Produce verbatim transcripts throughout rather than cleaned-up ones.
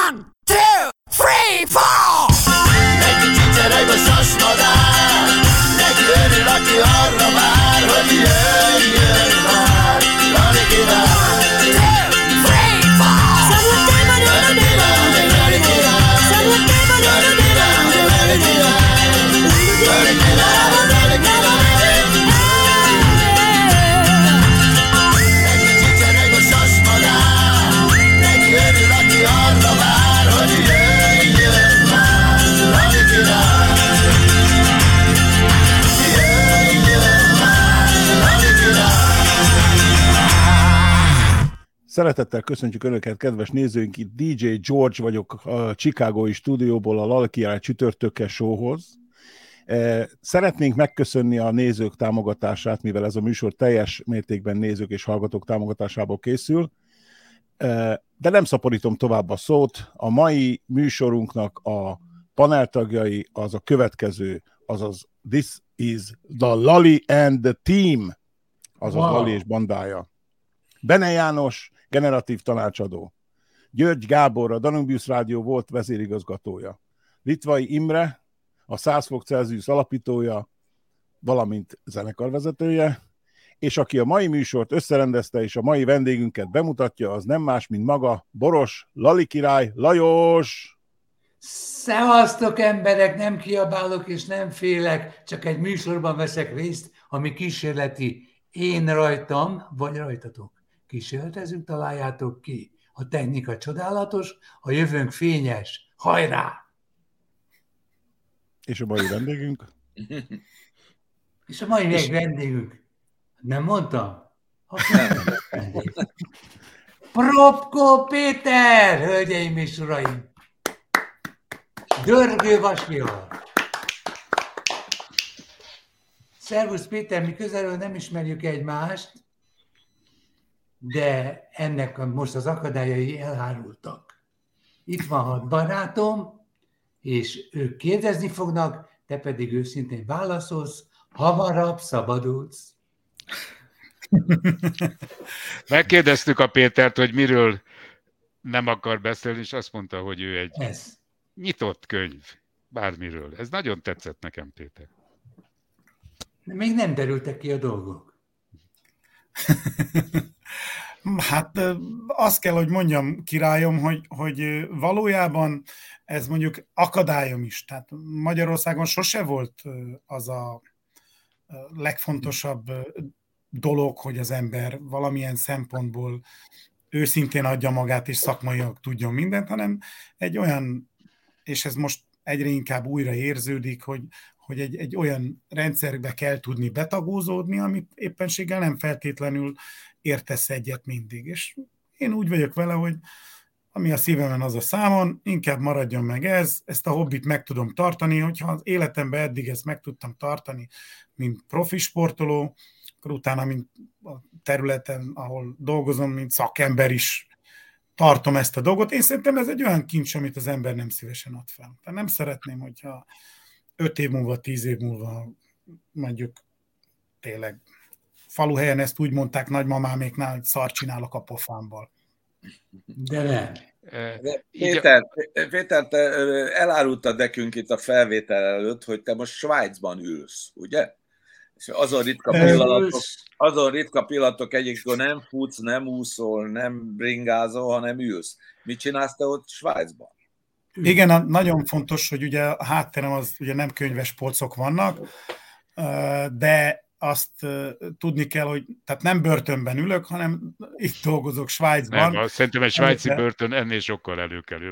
One, two, three, four! Neki csicsereg a sasmadár, neki örül, aki arra vár, hogy jöjjön már, Lali király. One, two, three, four! Lali király, Lali király, Lali király, Lali kiráy, Lali király, Lali király. Neki csicsereg a sasmadár, neki örül, aki arra vár, hogy jöjjön már, Lali király. Jöjjön már, Lali király. Szeretettel köszöntjük Önöket, kedves nézőink, itt dé dzsé George vagyok a Chicagói stúdióból a Lali király csütörtökes showhoz. Szeretnénk megköszönni a nézők támogatását, mivel ez a műsor teljes mértékben nézők és hallgatók támogatásából készül, de nem szaporítom tovább a szót. A mai műsorunknak a paneltagjai az a következő, azaz This is the Lali and the Team, azaz wow. Lali és bandája. Bene János, generatív tanácsadó. György Gábor, a Danubius Rádió volt vezérigazgatója. Litvai Imre, a száz fok Celsius alapítója, valamint zenekarvezetője, és aki a mai műsort összerendezte és a mai vendégünket bemutatja, az nem más, mint maga Boros Lali király Lajos! Szevasztok emberek, nem kiabálok és nem félek, csak egy műsorban veszek részt, ami kísérleti. Én rajtam, vagy rajtatok. Kísérletezünk, találjátok ki. A technika csodálatos, a jövőnk fényes. Hajrá! És a mai vendégünk? És a mai és... vendégünk. Nem mondtam? Nem. Propko Péter, hölgyeim és uraim! Dörgő vasvihar! Szervusz Péter, mi közelről nem ismerjük egymást, de ennek most az akadályai elhárultak. Itt van hat barátom, és ők kérdezni fognak, te pedig őszintén válaszolsz, hamarabb szabadulsz. Megkérdeztük a Pétert, hogy miről nem akar beszélni, és azt mondta, hogy ő egy Ez. nyitott könyv, bármiről. Ez nagyon tetszett nekem, Péter. Még nem derültek ki a dolgok. Hát azt kell, hogy mondjam, királyom, hogy, hogy valójában ez mondjuk akadályom is. Tehát Magyarországon sose volt az a legfontosabb dolog, hogy az ember valamilyen szempontból őszintén adja magát, és szakmaiak tudjon mindent, hanem egy olyan, és ez most egyre inkább újra érződik, hogy, hogy egy, egy olyan rendszerbe kell tudni betagózódni, amit éppenséggel nem feltétlenül értesz egyet mindig. És én úgy vagyok vele, hogy ami a szívemen, az a számon, inkább maradjon meg ez, ezt a hobbit meg tudom tartani, hogyha az életemben eddig ezt meg tudtam tartani, mint profi sportoló, akkor utána, mint a területen, ahol dolgozom, mint szakember is tartom ezt a dolgot. Én szerintem ez egy olyan kincs, amit az ember nem szívesen ad fel. Tehát nem szeretném, hogyha öt év múlva, tíz év múlva mondjuk tényleg faluhelyen ezt úgy mondták nagymamáméknál, hogy szar csinálok a pofámból. De nem. De Péter, Péter, te elárultad nekünk itt a felvétel előtt, hogy te most Svájcban ülsz, ugye? És azon ritka pillanatok, azon ritka pillanatok egyikor nem futsz, nem úszol, nem bringázol, hanem ülsz. Mit csinálsz te ott Svájcban? Igen, nagyon fontos, hogy ugye a hátterem az ugye nem könyves polcok vannak, de azt tudni kell, hogy tehát nem börtönben ülök, hanem itt dolgozok Svájcban. Nem, szerintem egy svájci börtön ennél sokkal előkelőbb.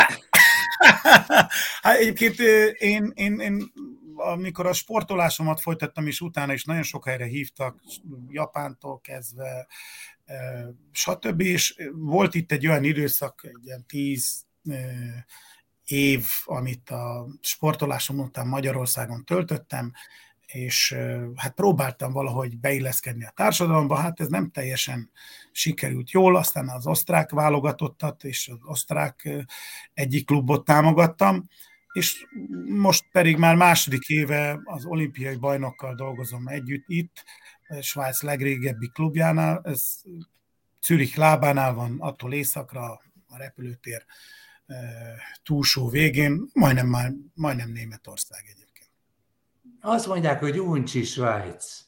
Hát egyébként én, én, én amikor a sportolásomat folytattam, és utána is nagyon sok helyre hívtak, Japántól kezdve, stb. És volt itt egy olyan időszak, egy ilyen tíz év, amit a sportolásom után Magyarországon töltöttem, és hát próbáltam valahogy beilleszkedni a társadalomba, hát ez nem teljesen sikerült jól, aztán az osztrák válogatottat és az osztrák egyik klubot támogattam, és most pedig már második éve az olimpiai bajnokkal dolgozom együtt itt, Svájc legrégebbi klubjánál, ez Zürich lábánál van, attól északra a repülőtér túlsó végén, majdnem, már, majdnem Németország egyébként. Azt mondják, hogy uncsi Svájc.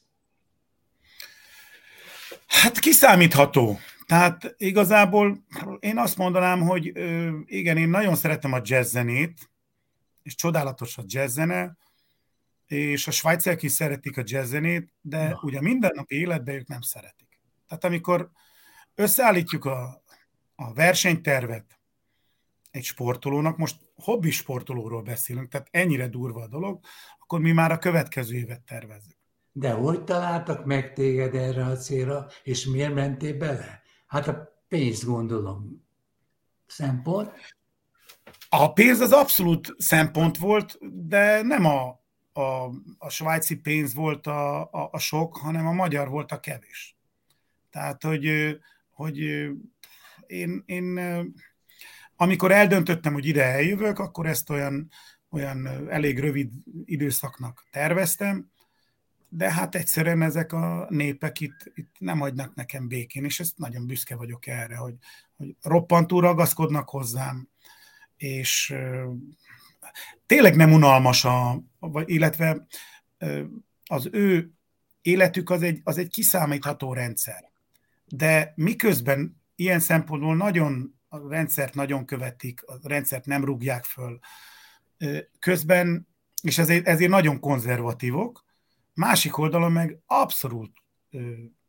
Hát kiszámítható. Tehát igazából én azt mondanám, hogy igen, én nagyon szeretem a jazzzenét, és csodálatos a jazzzene, és a svájciak is szeretik a jazzzenét, de ja. ugye mindennapi életben ők nem szeretik. Tehát amikor összeállítjuk a, a versenytervet egy sportolónak, most hobbi sportolóról beszélünk, tehát ennyire durva a dolog, akkor mi már a következő évet tervezzük. De hogy találtak meg téged erre a célra, és miért mentél bele? Hát a pénzt gondolom. Szempont? A pénz az abszolút szempont volt, de nem a, a, a svájci pénz volt a, a, a sok, hanem a magyar volt a kevés. Tehát, hogy, hogy én, én amikor eldöntöttem, hogy ide eljövök, akkor ezt olyan, olyan elég rövid időszaknak terveztem, de hát egyszerűen ezek a népek itt, itt nem hagynak nekem békén, és ezt nagyon büszke vagyok erre, hogy, hogy roppantúl ragaszkodnak hozzám, és uh, tényleg nem unalmas, a, illetve uh, az ő életük az egy, az egy kiszámítható rendszer. De miközben ilyen szempontból nagyon a rendszert nagyon követik, a rendszert nem rúgják föl, uh, közben, és ezért, ezért nagyon konzervatívok, másik oldalon meg abszolút uh,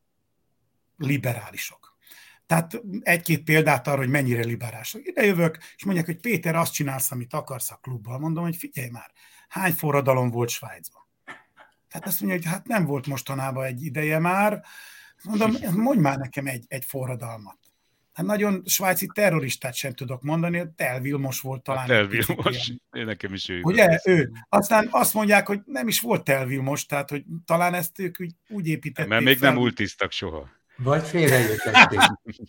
liberálisok. Tehát egy-két példát arra, hogy mennyire liberálisok. Ide jövök, és mondják, hogy Péter, azt csinálsz, amit akarsz a klubban. Mondom, hogy figyelj már, hány forradalom volt Svájcban? Tehát azt mondja, hogy hát nem volt mostanában egy ideje már. Mondom, mondj már nekem egy, egy forradalmat. Hát nagyon svájci terroristát sem tudok mondani, a Tel Vilmos volt talán. Tel Vilmos, én nekem is ő. Ugye, ő. Aztán azt mondják, hogy nem is volt Tel Vilmos, tehát hogy talán ezt ők úgy, úgy építették. Mert még fel. Nem ultiztak soha. Vagy félrejöttették.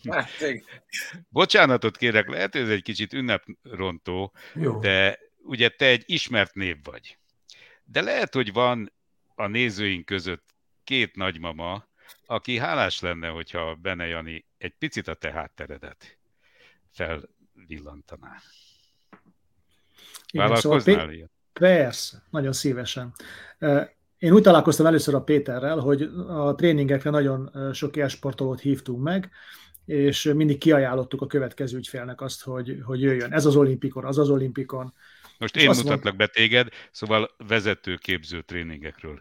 Bocsánatot kérek, lehet, hogy ez egy kicsit ünneprontó, Jó. de ugye te egy ismert név vagy. De lehet, hogy van a nézőink között két nagymama, aki hálás lenne, hogyha Bene Jani egy picit a te hátteredet felvillantaná. Vállalkoznál szóval Pé- Persze, nagyon szívesen. Én úgy találkoztam először a Péterrel, hogy a tréningekre nagyon sok élsportolót hívtunk meg, és mindig kiajánlottuk a következő ügyfélnek azt, hogy, hogy jöjjön. Ez az olimpikon, az az olimpikon. Most én mutatlak mond... be téged, szóval vezetőképző tréningekről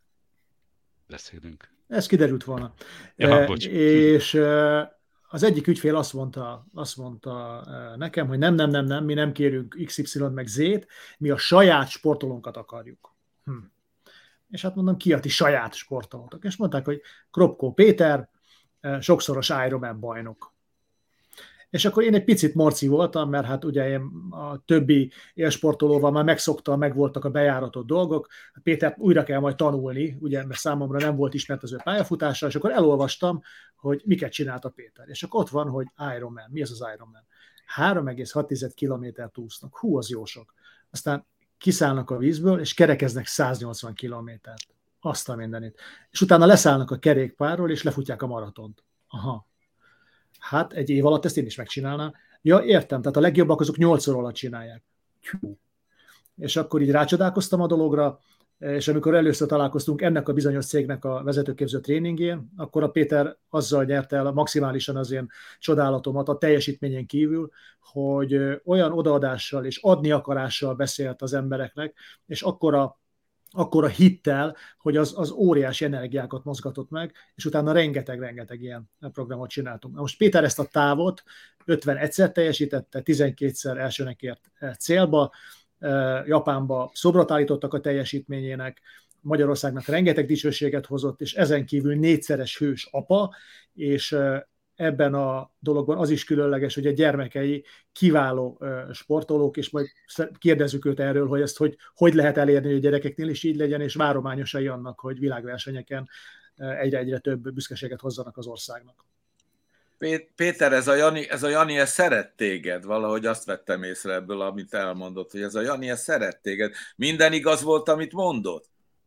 beszélünk. Ez kiderült volna. Ja, e, és az egyik ügyfél azt mondta, azt mondta nekem, hogy nem, nem, nem, nem, mi nem kérünk iksz ipszilont meg zét, mi a saját sportolónkat akarjuk. Hm. És hát mondom, ki a ti saját sportolótok? És mondták, hogy Kropko Péter, sokszoros Ironman bajnok. És akkor én egy picit morci voltam, mert hát ugye én a többi élsportolóval már megszoktam, megvoltak a bejáratott dolgok. Péter újra kell majd tanulni, ugye, mert számomra nem volt ismert az ő pályafutása, és akkor elolvastam, hogy miket csinált a Péter. És akkor ott van, hogy Ironman. Mi az az Ironman? három egész hat kilométert úsznak. Hú, az jó sok. Aztán kiszállnak a vízből, és kerekeznek száznyolcvan kilométert. Azt a mindenit. És utána leszállnak a kerékpárról, és lefutják a maratont. Aha. Hát egy év alatt ezt én is megcsinálnám. Ja, értem, tehát a legjobbak azok nyolc óra alatt csinálják. Hú. És akkor így rácsodálkoztam a dologra, és amikor először találkoztunk ennek a bizonyos cégnek a vezetőképző tréningén, akkor a Péter azzal nyerte el maximálisan az én csodálatomat a teljesítményen kívül, hogy olyan odaadással és adni akarással beszélt az embereknek, és akkora akkora hittel, hogy az, az óriási energiákat mozgatott meg, és utána rengeteg-rengeteg ilyen programot csináltunk. Na most Péter ezt a távot ötvenegyszer teljesítette, tizenkétszer elsőnek ért célba, Japánba szobrot állítottak a teljesítményének, Magyarországnak rengeteg dicsőséget hozott, és ezen kívül négyszeres hős apa, és ebben a dologban az is különleges, hogy a gyermekei kiváló sportolók, és majd kérdezzük őt erről, hogy ezt hogy, hogy lehet elérni, hogy a gyerekeknél is így legyen, és várományosai annak, hogy világversenyeken egyre-egyre több büszkeséget hozzanak az országnak. Péter, ez a Jani, ez a Jani ez szeret téged, valahogy azt vettem észre ebből, amit elmondott, hogy ez a Jani ez szeret téged. Minden igaz volt, amit mondott?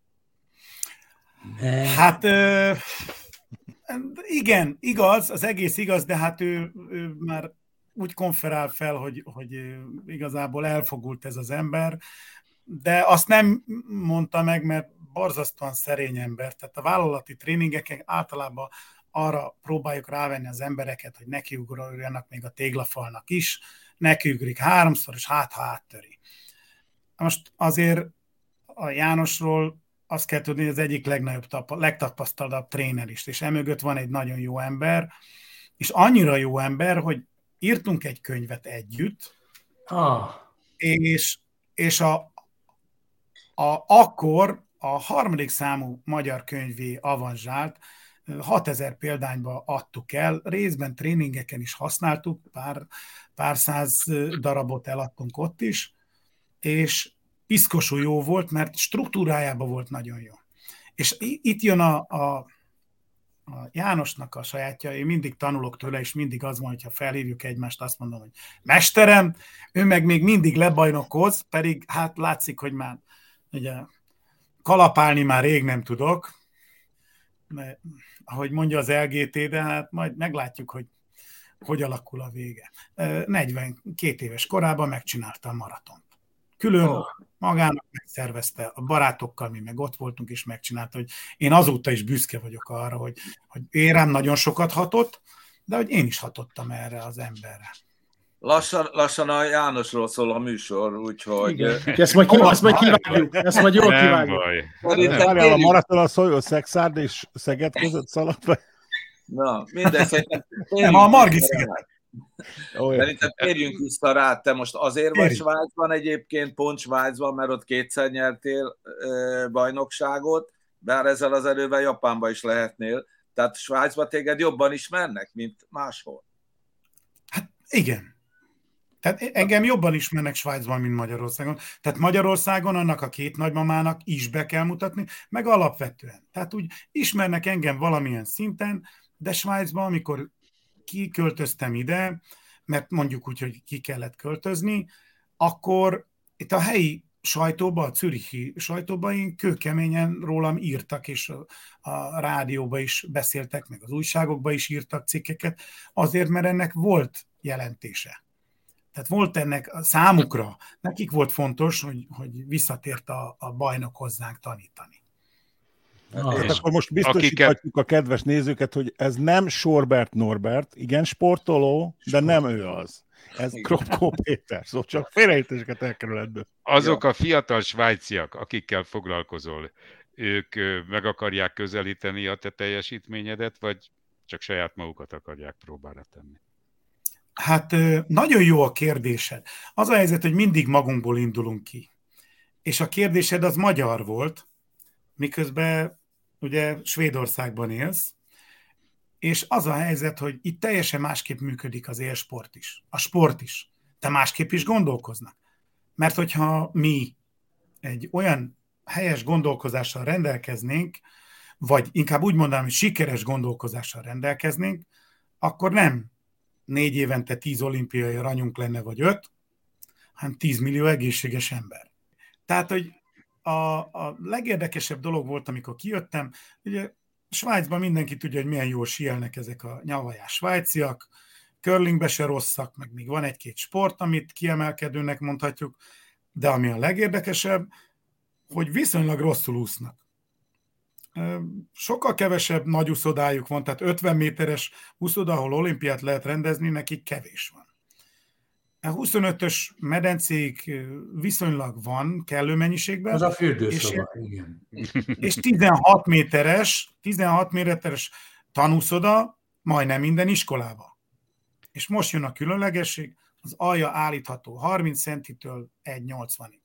Hát... Igen, igaz, az egész igaz, de hát ő, ő már úgy konferál fel, hogy, hogy igazából elfogult ez az ember, de azt nem mondta meg, mert borzasztóan szerény ember. Tehát a vállalati tréningeken általában arra próbáljuk rávenni az embereket, hogy nekiugrjanak még a téglafalnak is, nekiugrik háromszor, és hát ha áttöri. Most azért a Jánosról azt kell tudni, hogy az egyik legnagyobb, legtapasztaltabb tréner is, és emögött van egy nagyon jó ember, és annyira jó ember, hogy írtunk egy könyvet együtt, ah. és, és a, a, akkor a harmadik számú magyar könyvé avanzsált, hatezer példányba adtuk el, részben tréningeken is használtuk, pár, pár száz darabot eladtunk ott is, és piszkosul jó volt, mert struktúrájában volt nagyon jó. És itt jön a, a, a Jánosnak a sajátja, én mindig tanulok tőle, és mindig az van, hogyha felhívjuk egymást, azt mondom, hogy mesterem, ő meg még mindig lebajnokoz, pedig hát látszik, hogy már ugye kalapálni már rég nem tudok, mert, ahogy mondja az el gé té, de hát majd meglátjuk, hogy hogy alakul a vége. negyvenkét éves korában megcsinálta a maratont. Külön oh. magának megszervezte, a barátokkal mi meg ott voltunk, és megcsinálta, hogy én azóta is büszke vagyok arra, hogy, hogy én rám nagyon sokat hatott, de hogy én is hatottam erre az emberre. Lassan, lassan a Jánosról szól a műsor, úgyhogy... Ezt majd, ki, ezt majd kivágjuk, ezt majd jól kivágjuk. Várjál, a maraton a Szoljon Szexárd és Szeged között szaladt? Na, mindegy, szerintem... Nem, a Margit sziget. Szerintem térjünk vissza rá, te most azért vagy Svájcban egyébként, pont Svájcban, mert ott kétszer nyertél e, bajnokságot, bár ezzel az erővel Japánban is lehetnél. Tehát Svájcban téged jobban ismernek, mint máshol? Hát igen. Tehát engem jobban ismernek Svájcban, mint Magyarországon. Tehát Magyarországon annak a két nagymamának is be kell mutatni, meg alapvetően. Tehát úgy ismernek engem valamilyen szinten, de Svájcban, amikor kiköltöztem ide, mert mondjuk úgy, hogy ki kellett költözni, akkor itt a helyi sajtóban, a zürichi sajtóban én kőkeményen rólam írtak, és a, a rádióban is beszéltek, meg az újságokban is írtak cikkeket, azért, mert ennek volt jelentése. Tehát volt ennek a számukra, nekik volt fontos, hogy, hogy visszatért a, a bajnok hozzánk tanítani. Ah, hát akkor most biztosíthatjuk akiket... a kedves nézőket, hogy ez nem Sorbert Norbert, igen, sportoló, de nem ő az. Ez Kropko Péter, szóval csak félreértéseket elkerül ebből. Azok a fiatal svájciak, akikkel foglalkozol, ők meg akarják közelíteni a te teljesítményedet, vagy csak saját magukat akarják próbára tenni? Hát nagyon jó a kérdésed. Az a helyzet, hogy mindig magunkból indulunk ki. És a kérdésed az magyar volt, miközben ugye Svédországban élsz, és az a helyzet, hogy itt teljesen másképp működik az élsport is, a sport is. De másképp is gondolkoznak. Mert hogyha mi egy olyan helyes gondolkozással rendelkeznénk, vagy inkább úgy mondanám, hogy sikeres gondolkozással rendelkeznénk, akkor nem négy évente tíz olimpiai aranyunk lenne, vagy öt, hanem tíz millió egészséges ember. Tehát, hogy A, a legérdekesebb dolog volt, amikor kijöttem, ugye Svájcban mindenki tudja, hogy milyen jól síelnek ezek a nyavajás svájciak, curlingbe se rosszak, meg még van egy-két sport, amit kiemelkedőnek mondhatjuk, de ami a legérdekesebb, hogy viszonylag rosszul úsznak. Sokkal kevesebb nagy úszodájuk van, tehát ötven méteres úszoda, ahol olimpiát lehet rendezni, nekik kevés van. A huszonötös medencéig viszonylag van kellő mennyiségben. Az a fürdőszoba, igen. És tizenhat méteres, tizenhat méteres tanúszoda majdnem minden iskolába. És most jön a különlegesség, az alja állítható harminc centitől egy nyolcvanig.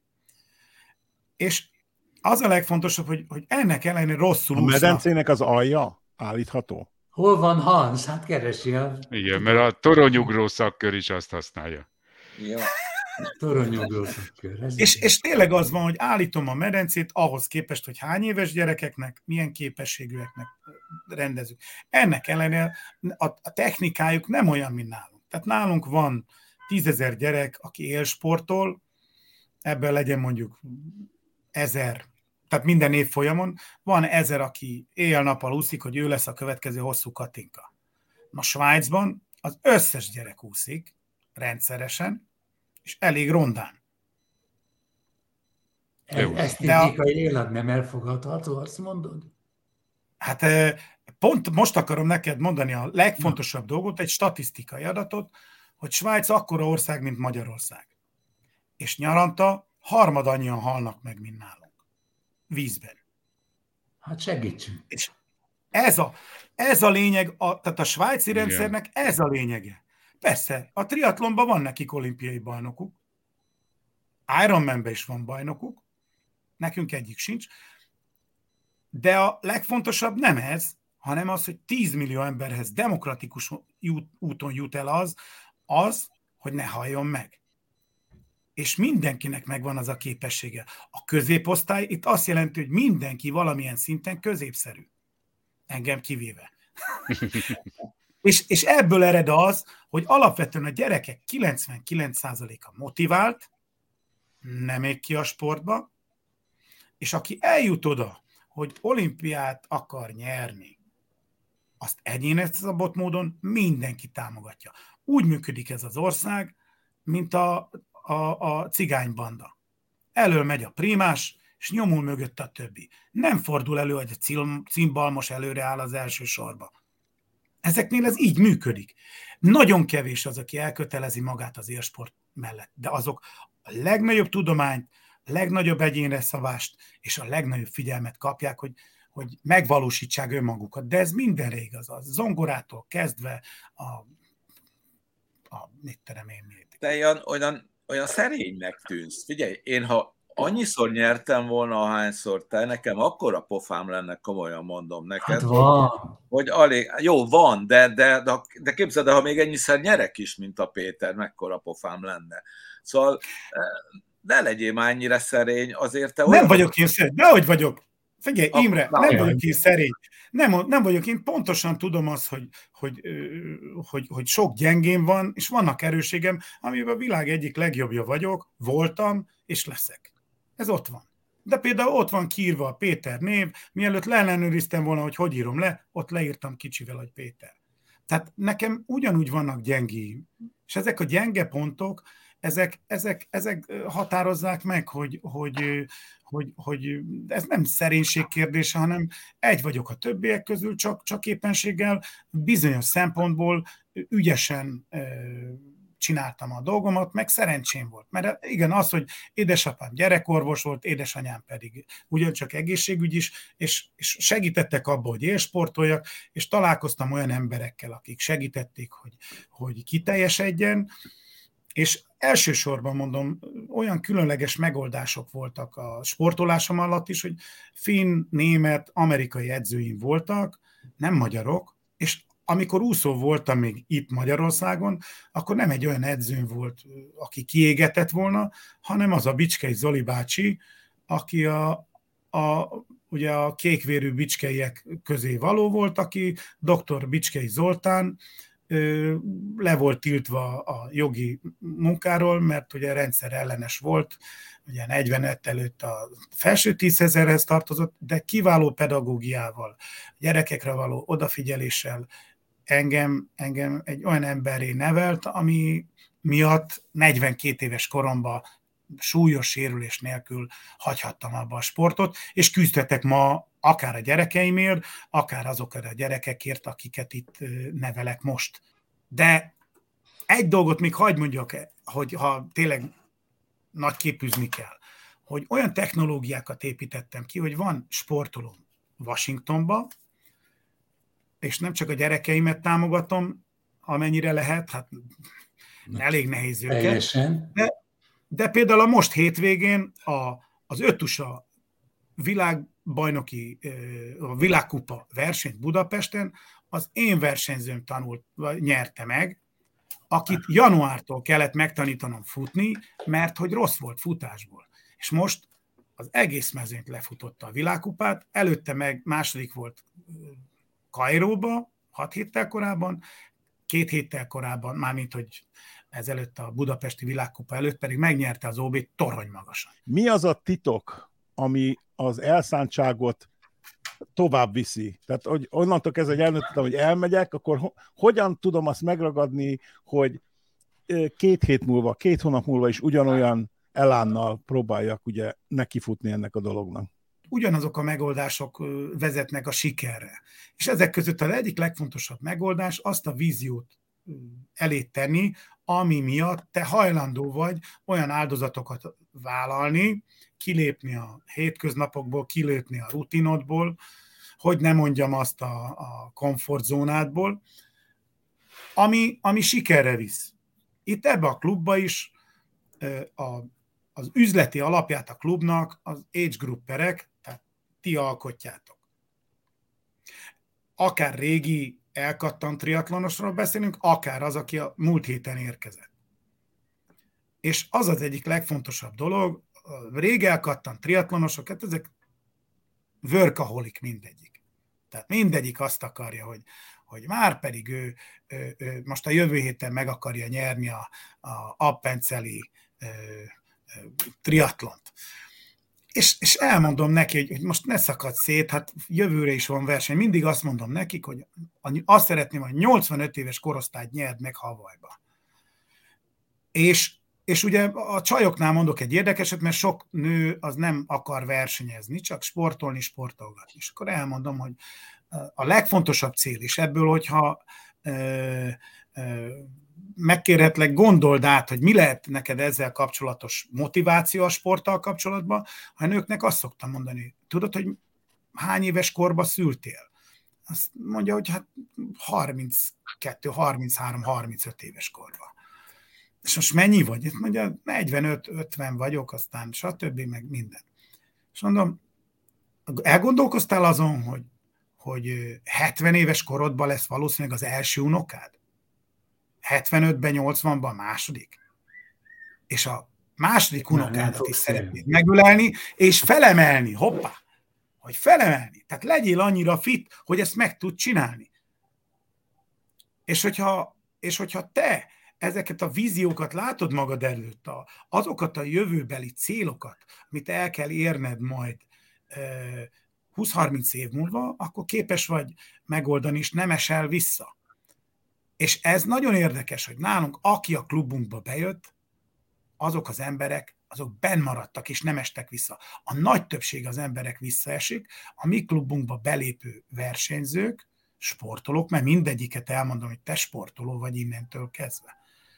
És az a legfontosabb, hogy, hogy ennek ellenére rosszul úsznak. A medencének az alja állítható? Hol van Hans? Hát keresi a... Igen, mert a toronyugró szakkör is azt használja. Ja. Toronyugró szakkör. És, és tényleg az van, hogy állítom a medencét ahhoz képest, hogy hány éves gyerekeknek, milyen képességűeknek rendezünk. Ennek ellenére a, a technikájuk nem olyan, mint nálunk. Tehát nálunk van tízezer gyerek, aki élsportol, ebből legyen mondjuk ezer, tehát minden évfolyamon van ezer, aki éjjel-nappal úszik, hogy ő lesz a következő hosszú Katinka. Ma Svájcban az összes gyerek úszik, rendszeresen, és elég rondán. Esztétikai élet nem elfogadható, azt mondod? Hát pont most akarom neked mondani a legfontosabb Na. dolgot, egy statisztikai adatot, hogy Svájc akkora ország, mint Magyarország. És nyaranta harmad annyian halnak meg, mint nálunk. Vízben. Hát segítsünk. És ez a, ez a lényeg, a, tehát a svájci Igen. rendszernek ez a lényege. Persze, a triatlonban van nekik olimpiai bajnokuk, Ironmanben is van bajnokuk, nekünk egyik sincs, de a legfontosabb nem ez, hanem az, hogy tíz millió emberhez demokratikus úton jut el az, az, hogy ne halljon meg. És mindenkinek megvan az a képessége. A középosztály itt azt jelenti, hogy mindenki valamilyen szinten középszerű. Engem kivéve. és, és ebből ered az, hogy alapvetően a gyerekek kilencvenkilenc százaléka motivált, nem ég ki a sportba, és aki eljut oda, hogy olimpiát akar nyerni, azt egyénes szabott módon mindenki támogatja. Úgy működik ez az ország, mint a, a, a cigánybanda. Elől megy a primás, és nyomul mögött a többi. Nem fordul elő, hogy a cimbalmos előre áll az első sorba. Ezeknél ez így működik. Nagyon kevés az, aki elkötelezi magát az élsport mellett, de azok a legnagyobb tudományt, a legnagyobb egyénre szabást és a legnagyobb figyelmet kapják, hogy, hogy megvalósítsák önmagukat. De ez mindenre igaz. A zongorától kezdve a, a mit terem én még. Te olyan, olyan, olyan szerénynek tűnsz. Figyelj, én ha annyiszor nyertem volna, ahányszor te, nekem akkora pofám lenne, komolyan mondom neked. Hát van. Hogy alig, jó, van, de, de, de, de képzeld, de ha még ennyiszer nyerek is, mint a Péter, mekkora pofám lenne. Szóval ne legyél már ennyire szerény, azért te... Nem vagyok én szerény, dehogy vagyok. Figyelj, Imre, nem, nem vagyok én szerény. Nem, nem vagyok, én pontosan tudom azt, hogy, hogy, hogy, hogy sok gyengém van, és vannak erőségem, amiben a világ egyik legjobbja vagyok, voltam, és leszek. Ez ott van. De például ott van kiírva a Péter név, mielőtt leellenőriztem volna, hogy hogy írom le, ott leírtam kicsivel, hogy Péter. Tehát nekem ugyanúgy vannak gyengéim. És ezek a gyenge pontok, ezek, ezek, ezek határozzák meg, hogy, hogy, hogy, hogy ez nem szerénység kérdése, hanem egy vagyok a többiek közül, csak, csak éppenséggel bizonyos szempontból ügyesen csináltam a dolgomat, meg szerencsém volt. Mert igen, az, hogy édesapám gyerekorvos volt, édesanyám pedig ugyancsak egészségügy is, és, és segítettek abba, hogy élsportoljak, és találkoztam olyan emberekkel, akik segítették, hogy, hogy kiteljesedjen, és elsősorban mondom, olyan különleges megoldások voltak a sportolásom alatt is, hogy finn, német, amerikai edzőim voltak, nem magyarok, és amikor úszó voltam még itt Magyarországon, akkor nem egy olyan edzőm volt, aki kiégetett volna, hanem az a Bicskei Zoli bácsi, aki a, a, ugye a kékvérű bicskeiek közé való volt, aki doktor Bicskei Zoltán, le volt tiltva a jogi munkáról, mert ugye rendszer ellenes volt, ugye negyvenöt előtt a felső tízezerhez tartozott, de kiváló pedagógiával, gyerekekre való odafigyeléssel engem, engem egy olyan emberré nevelt, ami miatt negyvenkét éves koromban súlyos sérülés nélkül hagyhattam abba a sportot, és küzdhetek ma akár a gyerekeimért, akár azokért a gyerekekért, akiket itt nevelek most. De egy dolgot még hadd mondjak, hogy ha tényleg nagyképűzni kell, hogy olyan technológiákat építettem ki, hogy van sportolóm Washingtonba, és nem csak a gyerekeimet támogatom, amennyire lehet, hát elég nehéz őket. De, de például a most hétvégén a, az ötusa világbajnoki, a világkupa versenyt Budapesten az én versenyzőm tanult, nyerte meg, akit januártól kellett megtanítanom futni, mert hogy rossz volt futásból. És most az egész mezőnyt lefutotta a világkupát, előtte meg második volt Kairóba, hat héttel korábban, két héttel korábban, mármint, hogy ezelőtt a budapesti világkupa előtt pedig megnyerte az ó bét torony magasan. Mi az a titok, ami az elszántságot tovább viszi? Tehát, hogy onnantól kezdve, hogy elmondtam, hogy elmegyek, akkor ho- hogyan tudom azt megragadni, hogy két hét múlva, két hónap múlva is ugyanolyan elánnal próbáljak ugye nekifutni ennek a dolognak. Ugyanazok a megoldások vezetnek a sikerre. És ezek között az egyik legfontosabb megoldás azt a víziót elé tenni, ami miatt te hajlandó vagy olyan áldozatokat vállalni, kilépni a hétköznapokból, kilépni a rutinodból, hogy ne mondjam azt a, a komfortzónádból, ami, ami sikerre visz. Itt ebbe a klubba is a, az üzleti alapját a klubnak az age grouperek, tehát ti alkotjátok. Akár régi elkattant triatlonosról beszélünk, akár az, aki a múlt héten érkezett. És az az egyik legfontosabb dolog, a rég elkattant triatlonosok, hát ezek workaholic mindegyik. Tehát mindegyik azt akarja, hogy, hogy már pedig ő, ő, ő most a jövő héten meg akarja nyerni a, a appenceli ö, ö, triatlont. És, és elmondom neki, hogy, hogy most ne szakadj szét, hát jövőre is van verseny. Mindig azt mondom nekik, hogy azt szeretném, hogy nyolcvanöt éves korosztályt nyerd meg Havajba. És, és ugye a csajoknál mondok egy érdekeset, mert sok nő az nem akar versenyezni, csak sportolni, sportolgatni. És akkor elmondom, hogy a legfontosabb cél is ebből, hogyha ö, ö, megkérhetlek, gondold át, hogy mi lehet neked ezzel kapcsolatos motiváció a sporttal kapcsolatban, ha nőknek azt szoktam mondani, tudod, hogy hány éves korba szültél? Azt mondja, hogy hát harminckettő, harminchárom, harmincöt éves korba. És most mennyi vagy? Ezt mondja, negyvenöt, ötven vagyok, aztán stb. Meg minden. És mondom, elgondolkoztál azon, hogy, hogy hetven éves korodban lesz valószínűleg az első unokád? hetvenötben, nyolcvanban a második? És a második unokádat is szeretnéd megölelni, és felemelni, hoppá, hogy felemelni. Tehát legyél annyira fit, hogy ezt meg tud csinálni. És hogyha, és hogyha te ezeket a víziókat látod magad előtt, a, azokat a jövőbeli célokat, amit el kell érned majd húsz-harminc év múlva, akkor képes vagy megoldani, és nem esel vissza. És ez nagyon érdekes, hogy nálunk, aki a klubunkba bejött, azok az emberek, azok benn maradtak, és nem estek vissza. A nagy többség az emberek visszaesik, a mi klubunkba belépő versenyzők, sportolók, mert mindegyiket elmondom, hogy te sportoló vagy innentől kezdve.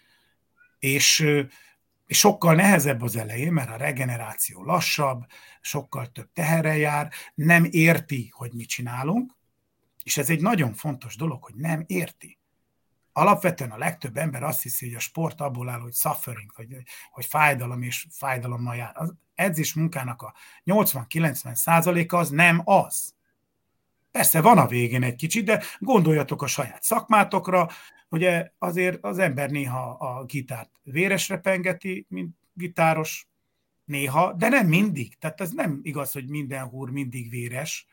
És, és sokkal nehezebb az elején, mert a regeneráció lassabb, sokkal több teherrel jár, nem érti, hogy mit csinálunk, és ez egy nagyon fontos dolog, hogy nem érti. Alapvetően a legtöbb ember azt hiszi, hogy a sport abból áll, hogy suffering, hogy, hogy fájdalom és fájdalommal jár. Az edzés munkának a nyolcvan-kilencven százaléka az nem az. Persze van a végén egy kicsit, de gondoljatok a saját szakmátokra, ugye azért az ember néha a gitárt véresre pengeti, mint gitáros, néha, de nem mindig. Tehát ez nem igaz, hogy minden húr mindig véres,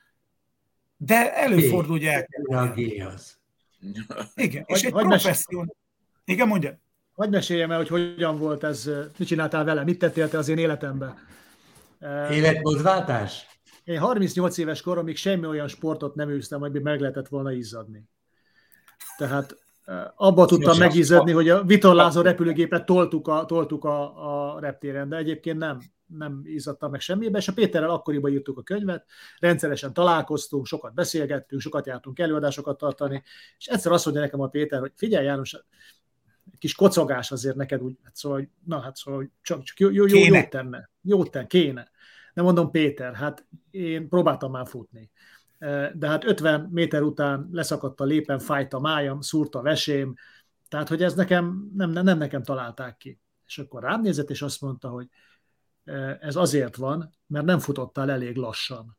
de előfordul, hogy el kell. Igen, és egy professzió... Igen, mondja. Hadd meséljem el, hogy hogyan volt ez, mit csináltál vele, mit tettél te az én életemben. Életmódváltás? Én harmincnyolc éves koromig semmi olyan sportot nem űztem, hogy meg lehetett volna izzadni. Tehát abba tudtam megizzadni, hogy a Vitor Lázár repülőgépet toltuk a, toltuk a, a reptéren, de egyébként nem, nem izzadtam meg semmibe, és a Péterrel akkoriban írtuk a könyvet, rendszeresen találkoztunk, sokat beszélgettünk, sokat jártunk előadásokat tartani, és egyszer azt mondja nekem a Péter, hogy figyelj János, egy kis kocogás azért neked úgy, hát szóval, na hát szóval csak, csak jó, jó, jó, jót tenne, jót tenne, kéne. Nem mondom, Péter, hát én próbáltam már futni. De hát ötven méter után leszakadt a lépem, fájt a májam, szúrt a vesém, tehát hogy ez nekem, nem, nem nekem találták ki. És akkor rám nézett, és azt mondta, hogy ez azért van, mert nem futottál elég lassan.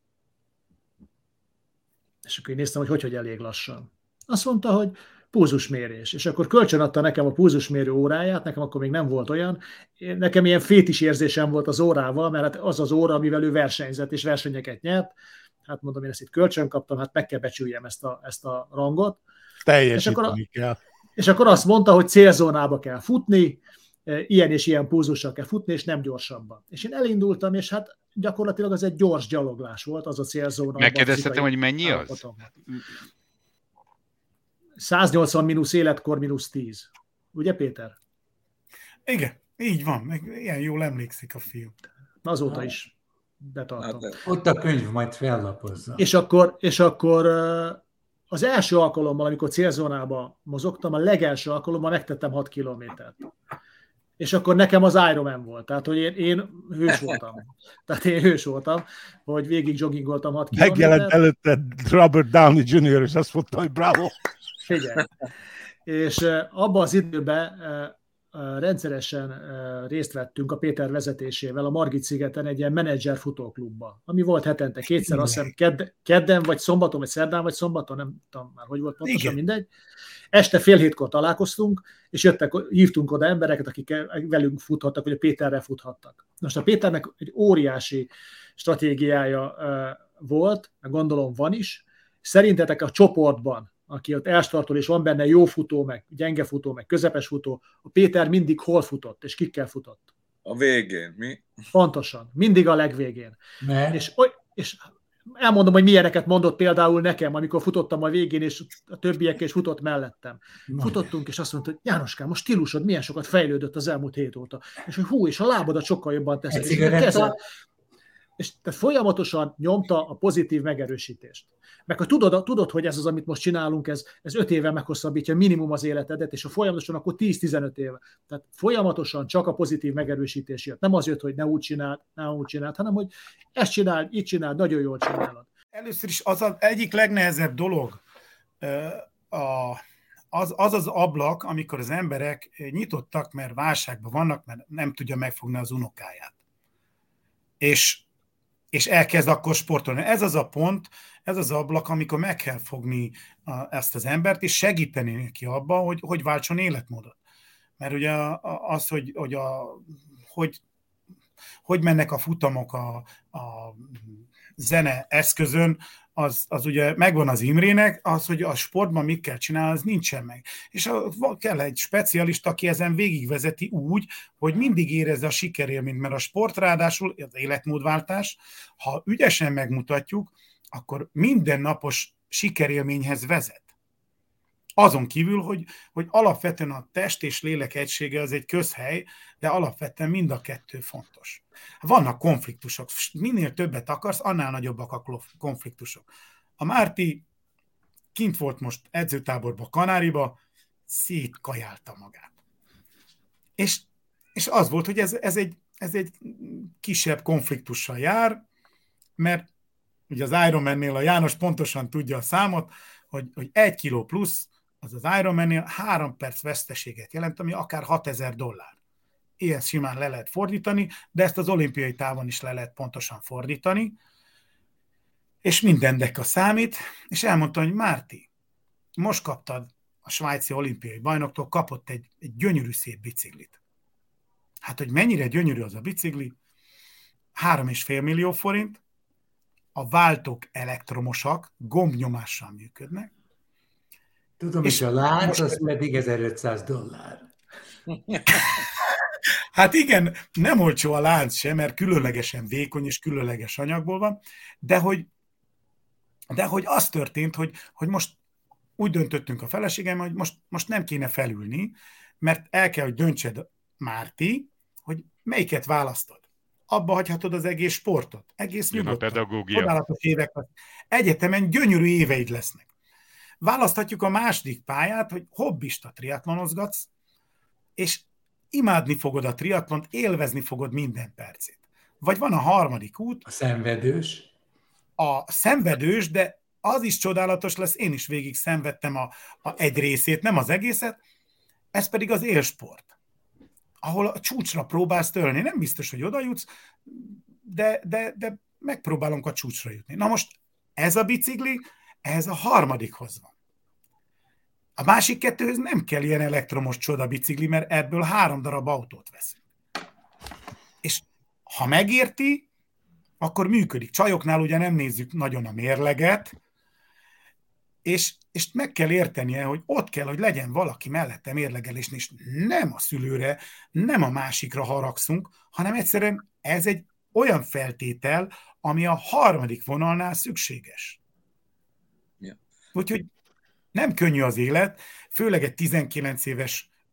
És akkor én néztem, hogy hogy, hogy elég lassan. Azt mondta, hogy pulzusmérés. És akkor kölcsönadta nekem a pulzusmérő óráját, nekem akkor még nem volt olyan. Nekem ilyen fétis érzésem volt az órával, mert az az óra, amivel ő versenyzett és versenyeket nyert. Hát mondom, én ezt itt kölcsön kaptam, hát meg kell becsüljem ezt a, ezt a rangot. Teljesíteni kell. És akkor azt mondta, hogy célzónába kell futni, ilyen és ilyen pulzussal kell futni, és nem gyorsabban. És én elindultam, és hát gyakorlatilag az egy gyors gyaloglás volt, az a célzóna. Megkérdeztetem, hogy mennyi az? száznyolcvan mínusz életkor mínusz tíz. Ugye, Péter? Igen, így van, meg ilyen jól emlékszik a fiú. Azóta is betartom. Hát, ott a könyv, majd fellapozza. És akkor, és akkor az első alkalommal, amikor célzónába mozogtam, a legelső alkalommal megtettem hat kilométert. És akkor nekem az Ironman volt. Tehát, hogy én, én hős voltam. Tehát én hős voltam, hogy végig joggingoltam hat kilométert. Megjelent előtte Robert Downey junior, és azt mondta, hogy bravo. Figyelj. És abban az időben rendszeresen részt vettünk a Péter vezetésével a Margit-szigeten egy ilyen menedzser futóklubba, ami volt hetente kétszer, azt hiszem kedd, kedden, vagy szombaton, vagy szerdán, vagy szombaton, nem tudom már, hogy volt pontosan, igen. Mindegy. Este fél hétkor találkoztunk, és jöttek, hívtunk oda embereket, akik velünk futhattak, vagy a Péterrel futhattak. Most a Péternek egy óriási stratégiája volt, gondolom van is. Szerintetek a csoportban, aki ott elstartol, és van benne jó futó, meg gyenge futó, meg közepes futó, a Péter mindig hol futott, és kikkel futott? A végén, mi? Pontosan, mindig a legvégén. Mert? És, és elmondom, hogy milyeneket mondott például nekem, amikor futottam a végén, és a többiek is futott mellettem. Futottunk, és azt mondta, hogy Jánoskám, a stílusod milyen sokat fejlődött az elmúlt hét óta. És hogy hú, és a lábadat sokkal jobban teszed. És, és tehát folyamatosan nyomta a pozitív megerősítést. Meg ha tudod, tudod, hogy ez az, amit most csinálunk, ez, ez öt éve meghosszabbítja minimum az életedet, és ha folyamatosan, akkor tíz-tizenöt éve. Tehát folyamatosan csak a pozitív megerősítés jött. Nem az jött, hogy ne úgy csináld, ne úgy csináld, hanem hogy ezt csináld, így csináld, nagyon jól csinálod. Először is az az egyik legnehezebb dolog, az az, az ablak, amikor az emberek nyitottak, mert válságban vannak, mert nem tudja megfogni az unokáját. És és elkezd akkor sportolni. Ez az a pont, ez az ablak, amikor meg kell fogni a, ezt az embert, és segíteni neki abban, hogy, hogy váltson életmódot. Mert ugye az, hogy, hogy, a, hogy, hogy mennek a futamok a, a zene eszközön, az, az ugye megvan az Imrének, az, hogy a sportban mit kell csinálni, az nincsen meg. És a, kell egy specialista, aki ezen végigvezeti úgy, hogy mindig érezze a sikerélményt, mert a sport ráadásul, az életmódváltás, ha ügyesen megmutatjuk, akkor mindennapos sikerélményhez vezet. Azon kívül, hogy, hogy alapvetően a test és lélek egysége az egy közhely, de alapvetően mind a kettő fontos. Vannak konfliktusok. Minél többet akarsz, annál nagyobbak a konfliktusok. A Márti kint volt most edzőtáborba, Kanáriba, szétkajálta magát. És, és az volt, hogy ez, ez, egy, ez egy kisebb konfliktussal jár, mert ugye az Ironmannél a János pontosan tudja a számot, hogy, hogy egy kiló plusz, az az Ironmannél három perc veszteséget jelent, ami akár hatezer dollár. Ilyen simán le lehet fordítani, de ezt az olimpiai távon is le lehet pontosan fordítani, és minden dekka számít, és elmondta, hogy Márti, most kaptad a svájci olimpiai bajnoktól, kapott egy, egy gyönyörű szép biciklit. Hát, hogy mennyire gyönyörű az a bicikli, három és fél millió forint, a váltók elektromosak, gombnyomással működnek. Tudom, és a lánc, az pedig ezerötszáz dollár. Hát igen, nem olcsó a lánc sem, mert különlegesen vékony és különleges anyagból van, de hogy, de hogy az történt, hogy, hogy most úgy döntöttünk a feleségem, hogy most, most nem kéne felülni, mert el kell, hogy döntsed, Márti, hogy melyiket választod. Abba hagyhatod az egész sportot. Egész nyugodtan. A pedagógia. Csodálatos évek. Egyetemen gyönyörű éveid lesznek. Választhatjuk a második pályát, hogy hobbista triatlonozgatsz, és imádni fogod a triatlont, élvezni fogod minden percét. Vagy van a harmadik út. A szenvedős. A szenvedős, de az is csodálatos lesz, én is végig szenvedtem a, a egy részét, nem az egészet, ez pedig az élsport, ahol a csúcsra próbálsz törni. Nem biztos, hogy oda jutsz, de, de, de megpróbálunk a csúcsra jutni. Na most ez a bicikli, ez a harmadikhoz van. A másik kettőhöz nem kell ilyen elektromos csoda bicikli, mert ebből három darab autót veszünk. És ha megérti, akkor működik. Csajoknál ugye nem nézzük nagyon a mérleget, és, és meg kell értenie, hogy ott kell, hogy legyen valaki mellette mérlegelésni, és nem a szülőre, nem a másikra haragszunk, hanem egyszerűen ez egy olyan feltétel, ami a harmadik vonalnál szükséges. Ja. Úgyhogy nem könnyű az élet, főleg egy tizenkilenc éves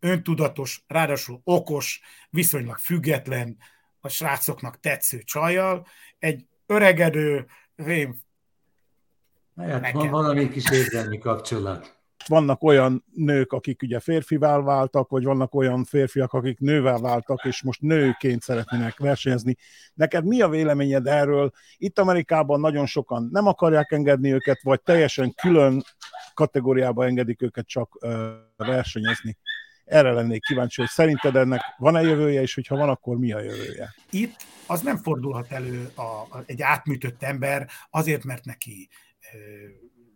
öntudatos, ráadásul okos, viszonylag független, a srácoknak tetsző csajjal, egy öregedő, vém, hát van valami kis érzelmi kapcsolat. Vannak olyan nők, akik ugye férfivá váltak, vagy vannak olyan férfiak, akik nővel váltak, és most nőként szeretnének versenyezni. Neked mi a véleményed erről? Itt Amerikában nagyon sokan nem akarják engedni őket, vagy teljesen külön kategóriába engedik őket csak uh, versenyezni. Erre lennék kíváncsi, hogy szerinted ennek van-e jövője, és hogyha van, akkor mi a jövője? Itt az nem fordulhat elő a, a, egy átműtött ember azért, mert neki uh,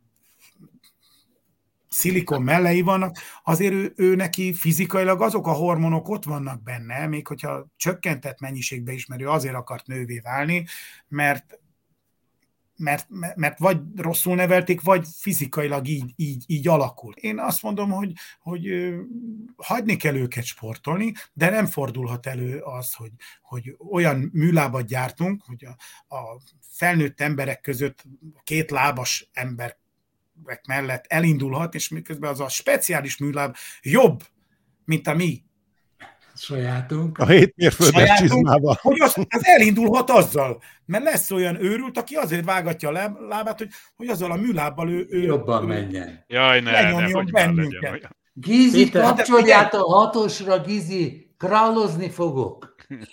szilikon mellei vannak, azért ő, ő neki fizikailag azok a hormonok ott vannak benne, még hogyha csökkentett mennyiségbe is, mert ő azért akart nővé válni, mert, mert, mert vagy rosszul nevelték, vagy fizikailag így, így, így alakul. Én azt mondom, hogy, hogy hagyni kell őket sportolni, de nem fordulhat elő az, hogy, hogy olyan műlábat gyártunk, hogy a, a felnőtt emberek között két lábas ember mellett elindulhat, és miközben az a speciális műláb jobb, mint a mi sajátunk. A hét mérföldes csizmában. Hogy az, az elindulhat azzal, mert lesz olyan őrült, aki azért vágatja a lábát, hogy, hogy azzal a műlábbal ő, ő jobban ő, menjen. Jaj, ne, ne, hogy bennünket. Gizi, Péter, kapcsolját a hatosra, Gizi, krallozni fogok.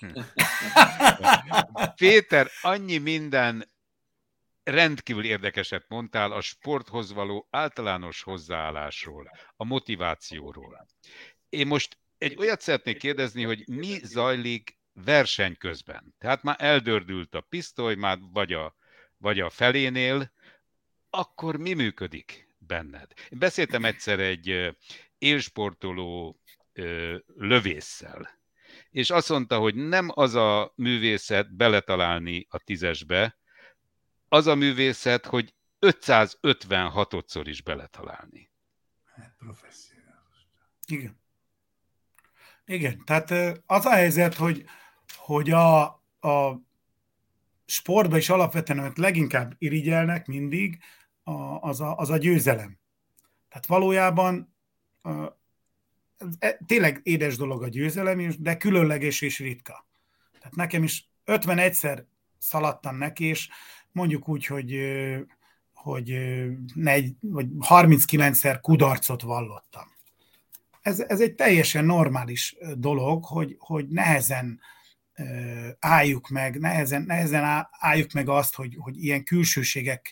Péter, annyi minden rendkívül érdekeset mondtál a sporthoz való általános hozzáállásról, a motivációról. Én most egy olyat szeretnék kérdezni, hogy mi zajlik verseny közben. Tehát már eldördült a pisztoly, már vagy a, vagy a felénél, akkor mi működik benned? Én beszéltem egyszer egy élsportoló lövésszel, és azt mondta, hogy nem az a művészet beletalálni a tízesbe, az a művészet, hogy ötszázötvenhatodszor is beletalálni. Hát professzionális. Igen. Igen, tehát az a helyzet, hogy, hogy a, a sportban is alapvetően, amit leginkább irigyelnek mindig, a, az, a, az a győzelem. Tehát valójában tényleg édes dolog a győzelem, de különleges és ritka. Tehát nekem is ötvenegyszer szaladtam neki, és mondjuk úgy, hogy, hogy negy, vagy harminckilencszer kudarcot vallottam. Ez, ez egy teljesen normális dolog, hogy, hogy nehezen álljuk meg, nehezen, nehezen álljuk meg azt, hogy, hogy ilyen külsőségek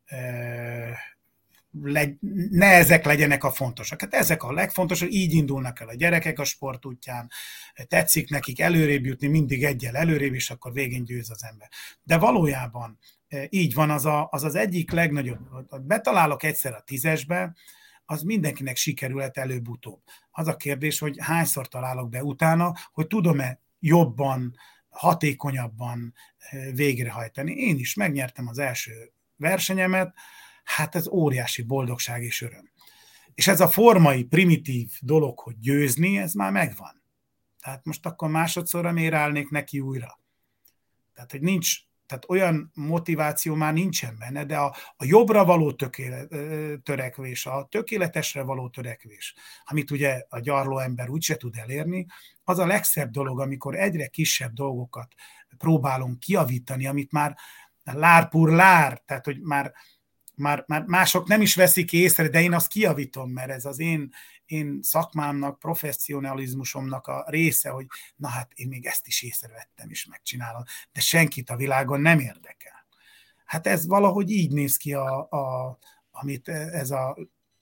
le, ne ezek legyenek a fontosak. Hát ezek a legfontosabb, így indulnak el a gyerekek a sport útján, tetszik nekik előrébb jutni, mindig egyel előrébb, és akkor végén győz az ember. De valójában így van, az a, az, az egyik legnagyobb, betalálok egyszer a tízesbe, az mindenkinek sikerülhet előbb-utóbb. Az a kérdés, hogy hányszor találok be utána, hogy tudom-e jobban, hatékonyabban végrehajtani. Én is megnyertem az első versenyemet, hát ez óriási boldogság és öröm. És ez a formai, primitív dolog, hogy győzni, ez már megvan. Tehát most akkor másodszorra miért állnék neki újra? Tehát, hogy nincs, tehát olyan motiváció már nincsen benne, de a, a jobbra való tökéle, törekvés, a tökéletesre való törekvés, amit ugye a gyarló ember úgyse tud elérni, az a legszebb dolog, amikor egyre kisebb dolgokat próbálunk kijavítani, amit már lárpur lár, tehát hogy már, már, már mások nem is veszik észre, de én azt kijavítom, mert ez az én, én szakmámnak, professzionalizmusomnak a része, hogy na hát én még ezt is észrevettem és megcsinálom, de senkit a világon nem érdekel. Hát ez valahogy így néz ki, a, a, amit ez a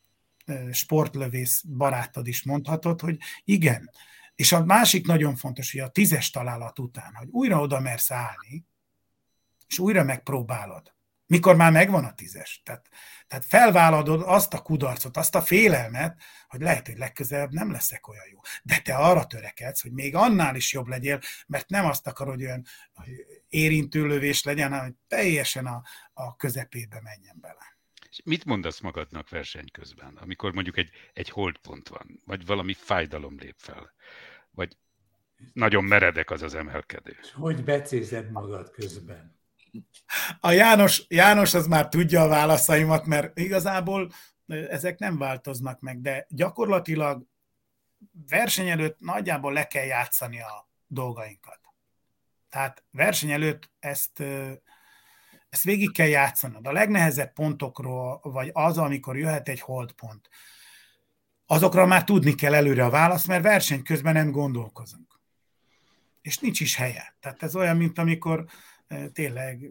sportlövész barátod is mondhatod, hogy igen. És a másik nagyon fontos, hogy a tízes találat után, hogy újra oda mersz állni, és újra megpróbálod. Mikor már megvan a tízes. Tehát, tehát felvállalod azt a kudarcot, azt a félelmet, hogy lehet, hogy legközelebb nem leszek olyan jó. De te arra törekedsz, hogy még annál is jobb legyél, mert nem azt akarod, hogy olyan érintőlövés legyen, hanem teljesen a, a közepébe menjen bele. És mit mondasz magadnak verseny közben, amikor mondjuk egy, egy holdpont van, vagy valami fájdalom lép fel, vagy nagyon meredek az az emelkedő? És hogy becézed magad közben? A János, János az már tudja a válaszaimat, mert igazából ezek nem változnak meg, de gyakorlatilag verseny előtt nagyjából le kell játszani a dolgainkat. Tehát verseny előtt ezt, ezt végig kell játszanod. A legnehezebb pontokról, vagy az, amikor jöhet egy holdpont, azokra már tudni kell előre a választ, mert verseny közben nem gondolkozunk. És nincs is helye. Tehát ez olyan, mint amikor tényleg,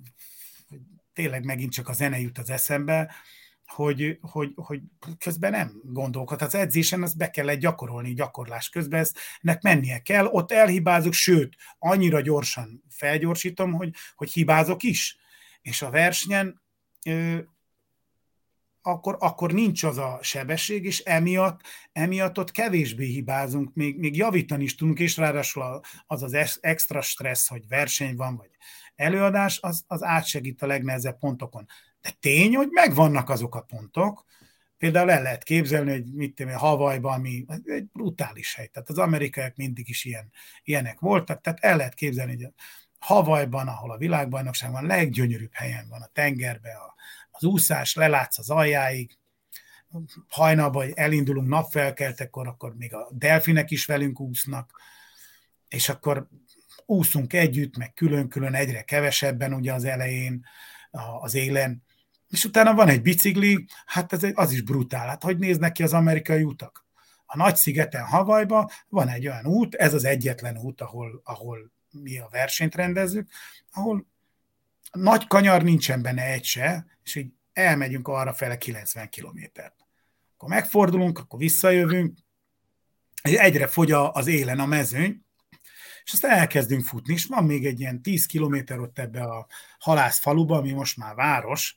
tényleg megint csak a zene jut az eszembe, hogy, hogy, hogy közben nem gondolkod. Az edzésen azt be kellett gyakorolni, gyakorlás közben eznek mennie kell, ott elhibázok, sőt, annyira gyorsan felgyorsítom, hogy, hogy hibázok is. És a versenyen ö, akkor, akkor nincs az a sebesség, és emiatt, emiatt ott kevésbé hibázunk, még, még javítani is tudunk, és ráadásul az az extra stressz, hogy verseny van, vagy előadás, az, az átsegít a legnehezebb pontokon. De tény, hogy megvannak azok a pontok, például el lehet képzelni, hogy mit tudom, Havajban, ami egy brutális hely, tehát az amerikaiak mindig is ilyen, ilyenek voltak, tehát el lehet képzelni, hogy Havajban, ahol a világbajnokság van, leggyönyörűbb helyen van a tengerbe, a, az úszás, lelátsz az aljáig, hajnalban, hogy elindulunk napfelkeltekor, akkor még a delfinek is velünk úsznak, és akkor úszunk együtt, meg külön-külön egyre kevesebben ugye az elején, az élen, és utána van egy bicikli, hát ez, az is brutál. Hát hogy néznek ki az amerikai utak? A Nagy-szigeten, Havajban van egy olyan út, ez az egyetlen út, ahol, ahol mi a versenyt rendezzük, ahol nagy kanyar nincsen benne egy se, és így elmegyünk arra fele kilencven kilométert. Akkor megfordulunk, akkor visszajövünk, egyre fogy az élen a mezőny, és aztán elkezdünk futni, és van még egy ilyen tíz kilométer ott ebbe a halászfaluba, ami most már város,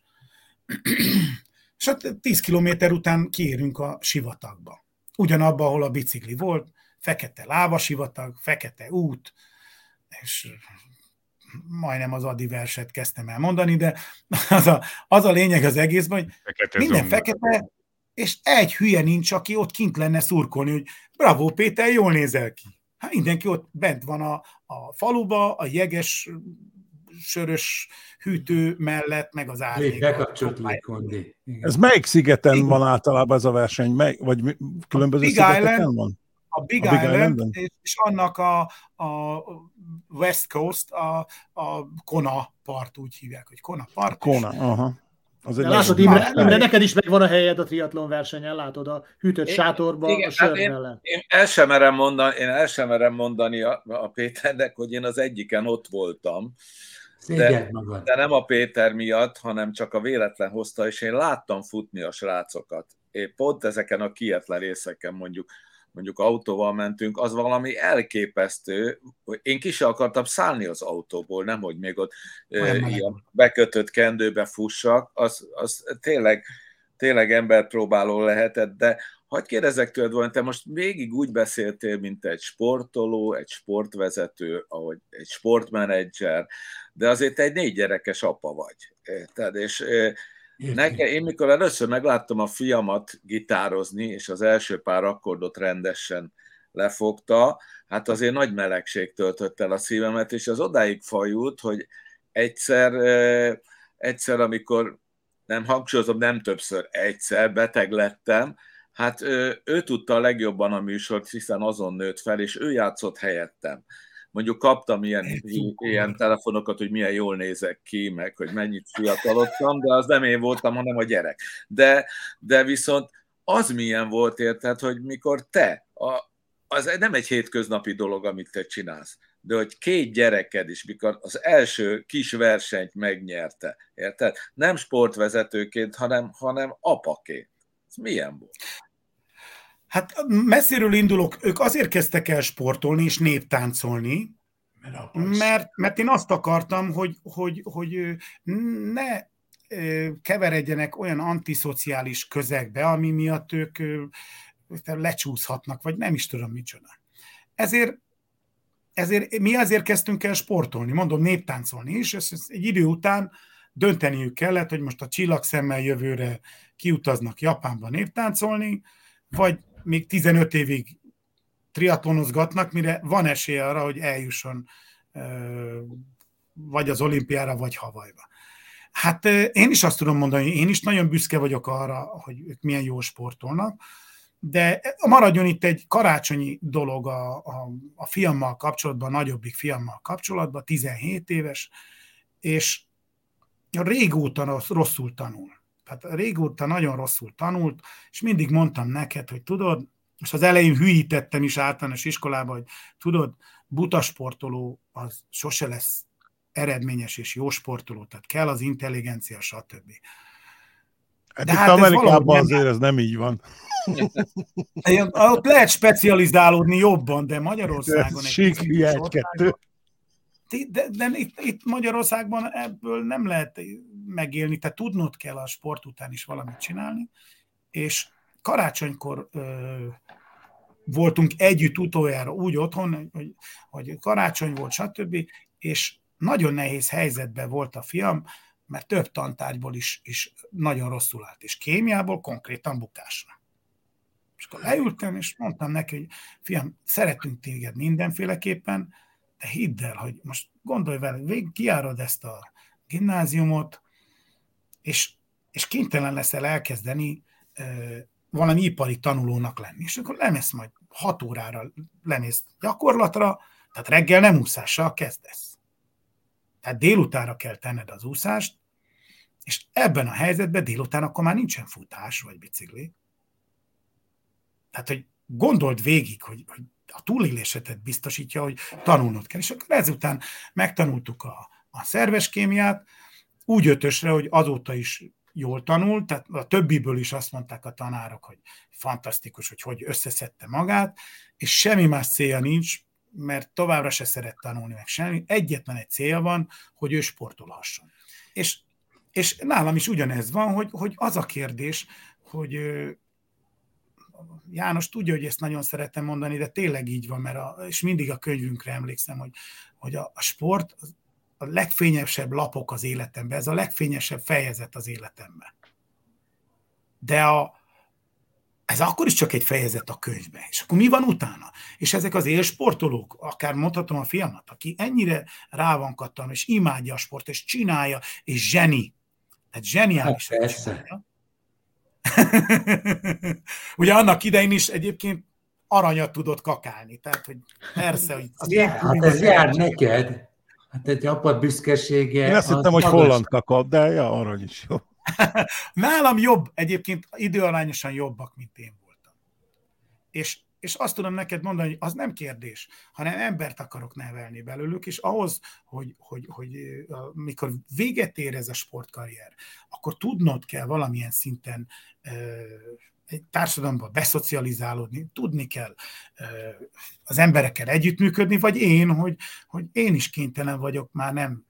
és ott tíz kilométer után kiérünk a sivatagba. Ugyanabba, ahol a bicikli volt, fekete lávasivatag, fekete út, és majdnem az Adi verset kezdtem el mondani, de az a, az a lényeg az egészben, hogy fekete minden zomba. Fekete, és egy hülye nincs, aki ott kint lenne szurkolni, hogy bravo Péter, jól nézel ki. Hát mindenki ott bent van a, a faluba, a jeges, sörös hűtő mellett, meg az árnyék. Bekapcsolt Lékondi. Ez melyik szigeten igen. van általában ez a verseny? Mely, vagy különböző Big szigeteken Island, van? A Big, a Big Island, Island és, és annak a, a West Coast, a, a Kona part, úgy hívják, hogy Kona part. Kona, aha. Az egy látod, Imre, Imre, neked is megvan a helyed a triatlon versenyen, látod, a hűtött én, sátorban, igen, a sör hát mellett. Én, én el sem merem mondani, én el sem merem mondani a, a Péternek, hogy én az egyiken ott voltam, de, de nem a Péter miatt, hanem csak a véletlen hozta, és én láttam futni a srácokat. Én pont ezeken a kietlen részeken mondjuk, mondjuk autóval mentünk, az valami elképesztő, én ki sem akartam szállni az autóból, nemhogy még ott e, ilyen bekötött kendőbe fussak, az, az tényleg, tényleg emberpróbáló lehetett, de hadd kérdezzek tőled volna, te most végig úgy beszéltél, mint egy sportoló, egy sportvezető, ahogy egy sportmenedzser, de azért egy négy gyerekes apa vagy. Érted? És nekem, én mikor először megláttam a fiamat gitározni, és az első pár akkordot rendesen lefogta, hát azért nagy melegség töltött el a szívemet, és az odáig fajult, hogy egyszer, egyszer, amikor nem hangsúlyozom, nem többször, egyszer beteg lettem, hát ő, ő tudta a legjobban a műsort, hiszen azon nőtt fel, és ő játszott helyettem. Mondjuk kaptam ilyen, ilyen telefonokat, hogy milyen jól nézek ki, meg hogy mennyit fiatalodtam, de az nem én voltam, hanem a gyerek. De, de viszont az milyen volt, érted, hogy mikor te, a, az nem egy hétköznapi dolog, amit te csinálsz, de hogy két gyereked is, mikor az első kis versenyt megnyerte, érted? Nem sportvezetőként, hanem, hanem apaként. Ez milyen volt? Hát messziről indulok, ők azért kezdtek el sportolni és néptáncolni, mert, mert én azt akartam, hogy, hogy, hogy ne keveredjenek olyan antiszociális közegbe, ami miatt ők lecsúszhatnak, vagy nem is tudom micsoda. Ezért, ezért mi azért kezdtünk el sportolni, mondom néptáncolni is, és egy idő után dönteniük kellett, hogy most a csillagszemmel jövőre kiutaznak Japánba néptáncolni, vagy még tizenöt évig triatlonozgatnak, mire van esély arra, hogy eljusson vagy az olimpiára, vagy Havajba. Hát én is azt tudom mondani, én is nagyon büszke vagyok arra, hogy ők milyen jól sportolnak, De maradjon itt egy karácsonyi dolog a, a, a fiammal kapcsolatban, a nagyobbik fiammal kapcsolatban, tizenhét éves, és régóta rosszul tanul. Tehát régóta nagyon rosszul tanult, és mindig mondtam neked, hogy tudod, és az elején hülyítettem is általános iskolában, hogy tudod, buta sportoló az sose lesz eredményes és jó sportoló, tehát kell az intelligencia, stb. Hát de itt hát Amerikában ez azért ez nem így van. Ott lehet specializálódni jobban, de Magyarországon egy egy-kettő. De, de itt, itt Magyarországban ebből nem lehet megélni, tehát tudnod kell a sport után is valamit csinálni, és karácsonykor ö, voltunk együtt utoljára úgy otthon, hogy, hogy karácsony volt, stb., és nagyon nehéz helyzetben volt a fiam, mert több tantárgyból is, is nagyon rosszul állt, és kémiából konkrétan bukásra. És akkor leültem, és mondtam neki, hogy fiam, szeretünk téged mindenféleképpen, de hidd el, hogy most gondolj vele, végig kijárod ezt a gimnáziumot, és, és kénytelen leszel elkezdeni e, valami ipari tanulónak lenni. És akkor lemész majd hat órára, lemész gyakorlatra, tehát reggel nem úszással kezdesz. Tehát délutánra kell tenned az úszást, és ebben a helyzetben délután akkor már nincsen futás vagy bicikli. Tehát, hogy gondold végig, hogy, hogy a túlélésedet biztosítja, hogy tanulnod kell. És akkor ezután megtanultuk a, a szerves kémiát, úgy ötösre, hogy azóta is jól tanult, tehát a többiből is azt mondták a tanárok, hogy fantasztikus, hogy hogy összeszedte magát, és semmi más célja nincs, mert továbbra se szeret tanulni, meg semmi. Egyetlen egy célja van, hogy ő sportolhasson. És, és nálam is ugyanez van, hogy, hogy az a kérdés, hogy János tudja, hogy ezt nagyon szeretem mondani, de tényleg így van, mert a, és mindig a könyvünkre emlékszem, hogy, hogy a, a sport a legfényesebb lapok az életemben, ez a legfényesebb fejezet az életemben. De a, ez akkor is csak egy fejezet a könyvben. És akkor mi van utána? És ezek az élsportolók, akár mondhatom a fiamat, aki ennyire rá van kattam, és imádja a sport, és csinálja, és zseni. Tehát zseniális. Hát ugye annak idején is egyébként aranyat tudott kakálni. Tehát, hogy persze, hogy... Ja, hát ez jár neked. Hát egy apa büszkesége... Én azt hittem, hogy holland kakao, de ja, arany is jó. Nálam jobb, egyébként időarányosan jobbak, mint én voltam. És, és azt tudom neked mondani, hogy az nem kérdés, hanem embert akarok nevelni belőlük, és ahhoz, hogy, hogy, hogy mikor véget ér ez a sportkarrier, akkor tudnod kell valamilyen szinten egy társadalomban beszocializálódni, tudni kell az emberekkel együttműködni, vagy én, hogy, hogy én is kénytelen vagyok, már nem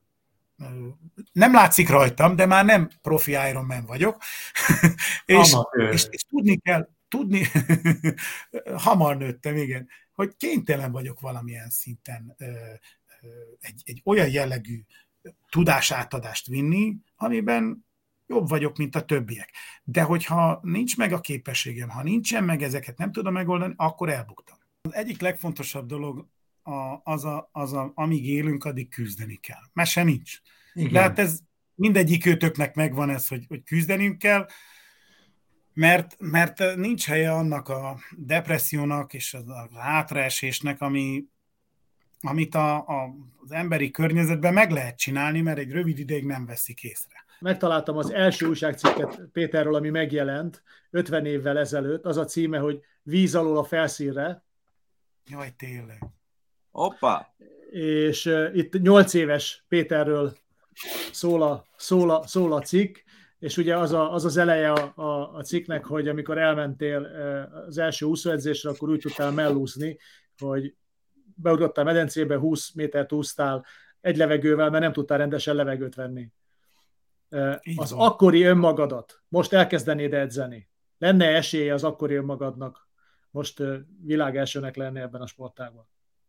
nem látszik rajtam, de már nem profi Ironman vagyok, és, és, és tudni kell, tudni, hamar nőttem, igen, hogy kénytelen vagyok valamilyen szinten egy, egy olyan jellegű tudásátadást vinni, amiben jobb vagyok, mint a többiek. De hogyha nincs meg a képességem, ha nincsen meg ezeket, nem tudom megoldani, akkor elbuktam. Az egyik legfontosabb dolog a, az, a, az a, amíg élünk, addig küzdeni kell. Mese nincs. Igen. De hát ez mindegyik őtöknek megvan ez, hogy, hogy küzdenünk kell, mert, mert nincs helye annak a depressziónak és az a hátraesésnek, ami, amit a, a, az emberi környezetben meg lehet csinálni, mert egy rövid ideig nem veszik észre. Megtaláltam az első újságcikket Péterről, ami megjelent ötven évvel ezelőtt. Az a címe, hogy Víz alól a felszínre. Jaj, tényleg. Hoppá! És uh, itt nyolc éves Péterről szól a, szól a, szól a cikk, és ugye az, a, az az eleje a, a, a cikknek, hogy amikor elmentél uh, az első úszóedzésre, akkor úgy tudtál mellúszni, hogy beugrottál medencébe, húsz métert úsztál egy levegővel, mert nem tudtál rendesen levegőt venni. Uh, az van. Akkori önmagadat most elkezdenéd edzeni. Lenne esélye az akkori önmagadnak most uh, világelsőnek lenni ebben a sportágban?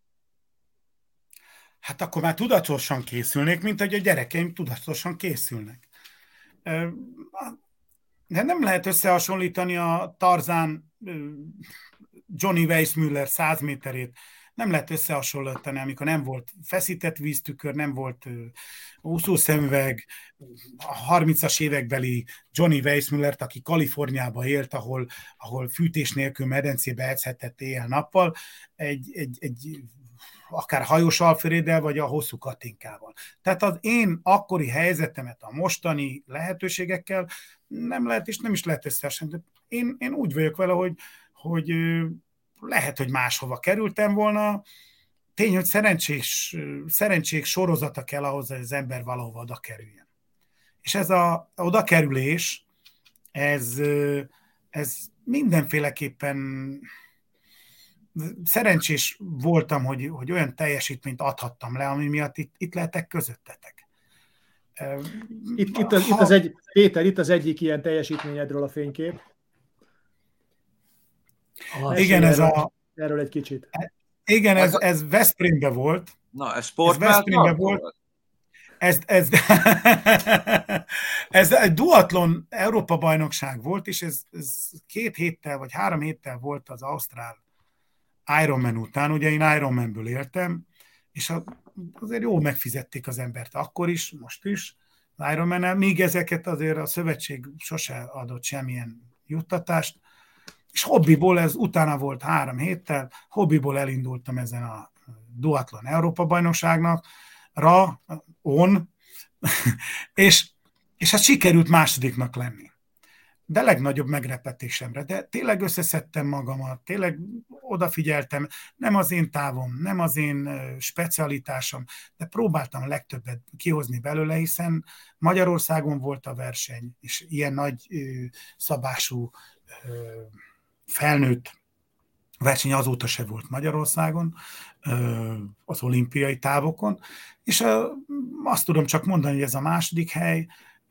Hát akkor már tudatosan készülnék, mint hogy a gyerekeim tudatosan készülnek. De nem lehet összehasonlítani a Tarzán Johnny Weissmuller száz méterét nem lehet összehasonlítani, amikor nem volt feszített víztükör, nem volt úszószemüveg, a harmincas évekbeli Johnny Weissmullert, aki Kaliforniában élt, ahol, ahol fűtés nélkül medencébe edzhetett éjjel-nappal, egy, egy, egy akár hajós Alfreddel, vagy a hosszú Katinkával. Tehát az én akkori helyzetemet a mostani lehetőségekkel nem lehet, és nem is lehet összehasonlítani. Én, én úgy vagyok vele, hogy, hogy lehet, hogy máshova kerültem volna. Tény, hogy szerencsés, szerencsék sorozata kell ahhoz, hogy az ember valahova oda kerüljön. És ez a oda kerülés, ez, ez mindenféleképpen szerencsés voltam, hogy, hogy olyan teljesítményt adhattam le, ami miatt itt, itt lehetek közöttetek. Itt, itt, az, ha... itt az egy, Péter, itt az egyik ilyen teljesítményedről a fénykép. Ah, igen, ez erről, a... Erről egy kicsit. Igen, ez, ez Veszprémben volt. Na, ez sportban ez Veszprémben volt. Ez, ez, ez egy duatlon Európa-bajnokság volt, és ez, ez két héttel, vagy három héttel volt az ausztrál Ironman után. Ugye én Ironmanből éltem, és azért jól megfizették az embert akkor is, most is az Ironman-el, míg ezeket azért a szövetség sose adott semmilyen juttatást, és hobbiból, ez utána volt három héttel, hobbiból elindultam ezen a duatlon Európa-bajnokságnak, ra, on, és, és hát sikerült másodiknak lenni. De legnagyobb meglepetésemre, de tényleg összeszedtem magamat, tényleg odafigyeltem, nem az én távom, nem az én specialitásom, de próbáltam a legtöbbet kihozni belőle, hiszen Magyarországon volt a verseny, és ilyen nagy szabású felnőtt verseny azóta se volt Magyarországon, az olimpiai távokon, és azt tudom csak mondani, hogy ez a második hely,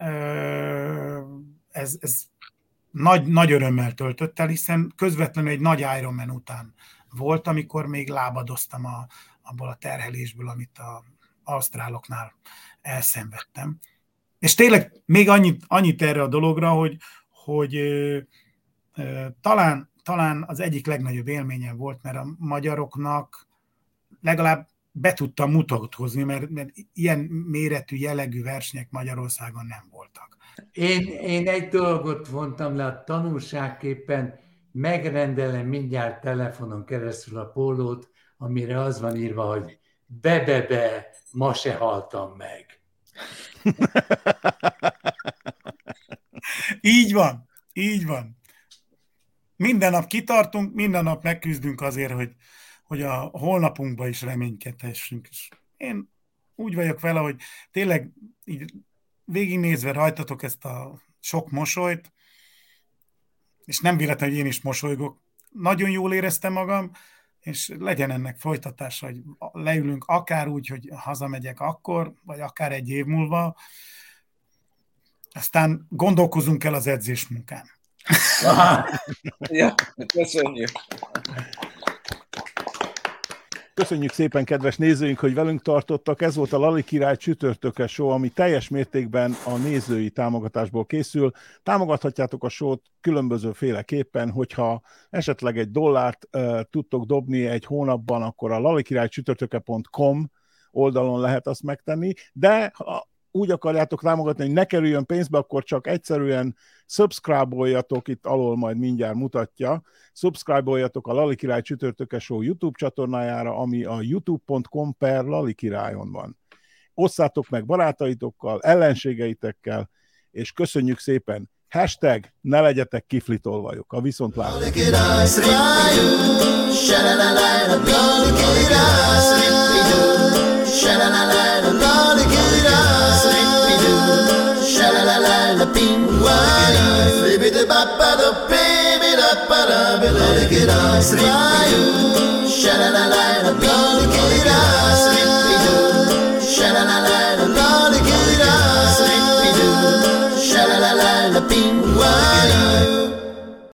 ez, ez nagy, nagy örömmel töltött el, hiszen közvetlenül egy nagy Ironman után volt, amikor még lábadoztam a, abból a terhelésből, amit az ausztráloknál elszenvedtem. És tényleg még annyit, annyit erre a dologra, hogy, hogy ö, ö, talán, talán az egyik legnagyobb élményem volt, mert a magyaroknak legalább be tudtam mutatkozni, mert, mert ilyen méretű, jellegű versenyek Magyarországon nem voltak. Én, én egy dolgot vontam le a tanulságképpen, megrendelem mindjárt telefonon keresztül a pólót, amire az van írva, hogy be-be-be, ma se haltam meg. Így van, így van. Minden nap kitartunk, minden nap megküzdünk azért, hogy, hogy a holnapunkba is reménykedhessünk. És én úgy vagyok vele, hogy tényleg így végignézve rajtatok ezt a sok mosolyt, és nem véletlen, hogy én is mosolygok, nagyon jól éreztem magam, és legyen ennek folytatása, hogy leülünk akár úgy, hogy hazamegyek akkor, vagy akár egy év múlva, aztán gondolkozunk el az edzésmunkán. Ja, köszönjük. Köszönjük szépen, kedves nézőink, hogy velünk tartottak. Ez volt a Lali Király csütörtökes show, ami teljes mértékben a nézői támogatásból készül. Támogathatjátok a show-t különbözőféleképpen, hogyha esetleg egy dollárt uh, tudtok dobni egy hónapban, akkor a lalikirálycsütörtöke pont com oldalon lehet azt megtenni, de ha úgy akarjátok támogatni, hogy ne kerüljön pénzbe, akkor csak egyszerűen subscribe-oljatok, itt alól majd mindjárt mutatja, subscribe-oljatok a Lali Király csütörtöke show YouTube csatornájára, ami a youtube pont com per Lali Királyon van. Osszátok meg barátaitokkal, ellenségeitekkel, és köszönjük szépen! Hashtag ne legyetek kiflitolvajok. A viszontlátásra! Why?